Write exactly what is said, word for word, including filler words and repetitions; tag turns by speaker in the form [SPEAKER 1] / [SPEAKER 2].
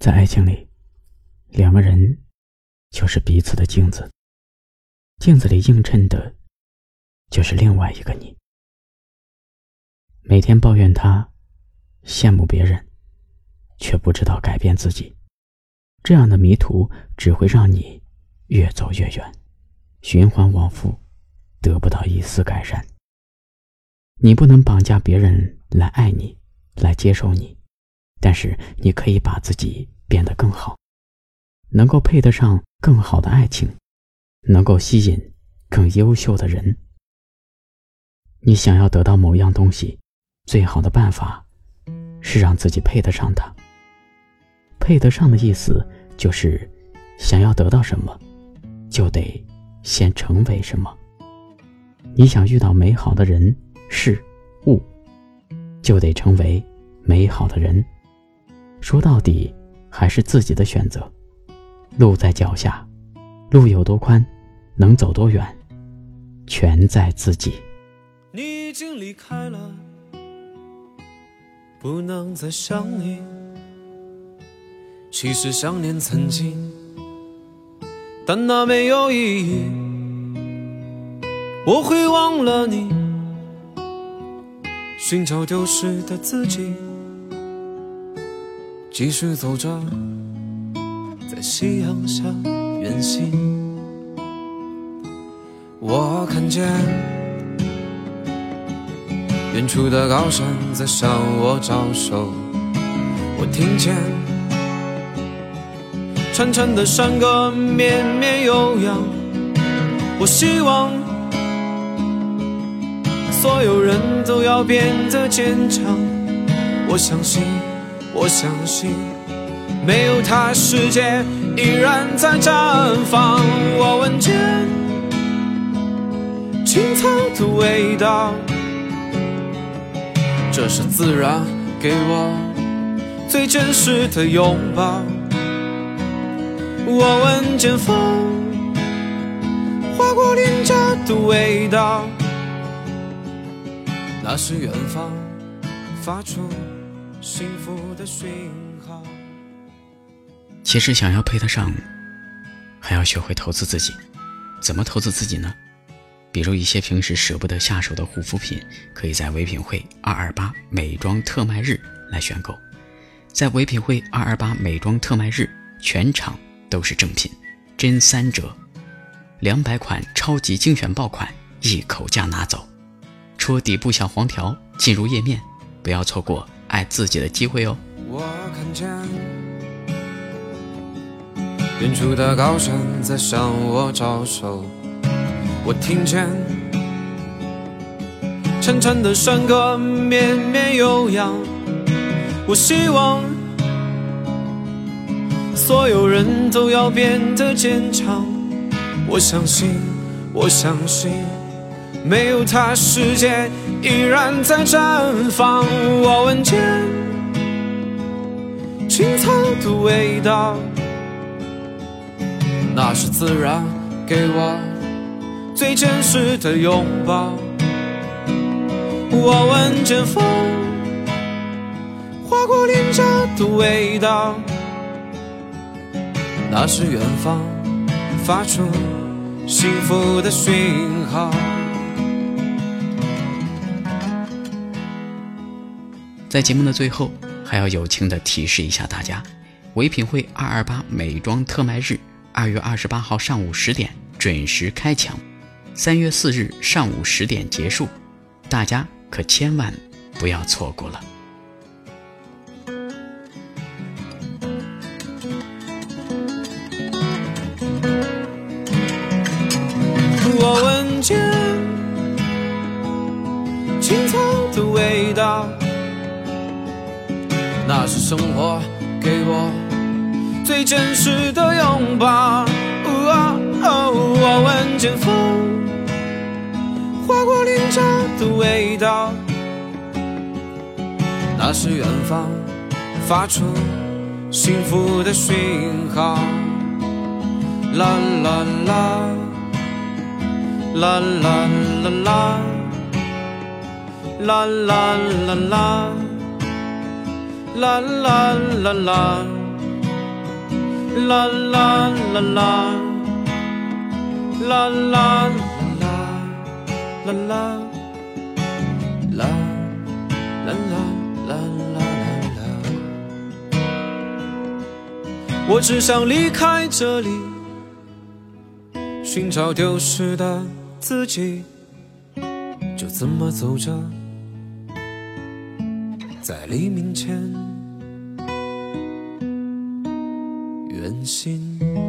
[SPEAKER 1] 在爱情里，两个人就是彼此的镜子，镜子里映衬的就是另外一个你。每天抱怨他，羡慕别人，却不知道改变自己，这样的迷途只会让你越走越远，循环往复，得不到一丝改善。你不能绑架别人来爱你，来接受你，但是你可以把自己变得更好，能够配得上更好的爱情，能够吸引更优秀的人。你想要得到某样东西，最好的办法是让自己配得上它。配得上的意思就是想要得到什么，就得先成为什么。你想遇到美好的人事物，就得成为美好的人。说到底还是自己的选择，路在脚下，路有多宽，能走多远，全在自己。
[SPEAKER 2] 你已经离开了，不能再想你。其实想念曾经，但那没有意义。我会忘了你，寻找丢失的自己，继续走着，在夕阳下远行。我看见远处的高山在向我招手，我听见潺潺的山歌绵绵悠扬。我希望所有人都要变得坚强。我相信，我相信，没有他，世界依然在绽放。我闻见青草的味道，这是自然给我最真实的拥抱。我闻见风划过脸颊的味道，那是远方发出幸福的讯号。
[SPEAKER 1] 其实想要配得上，还要学会投资自己。怎么投资自己呢？比如一些平时舍不得下手的护肤品，可以在唯品会二二八美妆特卖日来选购。在唯品会二二八美妆特卖日，全场都是正品，真三折，两百款超级精选爆款一口价拿走。戳底部小黄条进入页面，不要错过爱自己的机会哦。
[SPEAKER 2] 我看见远处的高山在向我招手，我听见潺潺的山歌绵绵悠扬。我希望所有人都要变得坚强。我相信，我相信，没有他，世界依然在绽放。我闻见青草的味道，那是自然给我最真实的拥抱。我闻见风划过脸颊的味道，那是远方发出幸福的讯号。
[SPEAKER 1] 在节目的最后，还要友情地提示一下大家，唯品会二二八美妆特卖日二月二十八号上午十点准时开抢，三月四日上午十点结束，大家可千万不要错过了。
[SPEAKER 2] 我闻见青草的味道，那是生活给我最真实的拥抱。哦哦，我闻见风划过脸颊的味道，那是远方发出幸福的讯号。啦啦啦啦啦啦啦啦啦啦啦啦啦啦啦啦啦啦啦啦啦啦啦啦啦啦啦啦啦啦，我只想离开这里，寻找丢失的自己，就这么走着，在黎明前远行。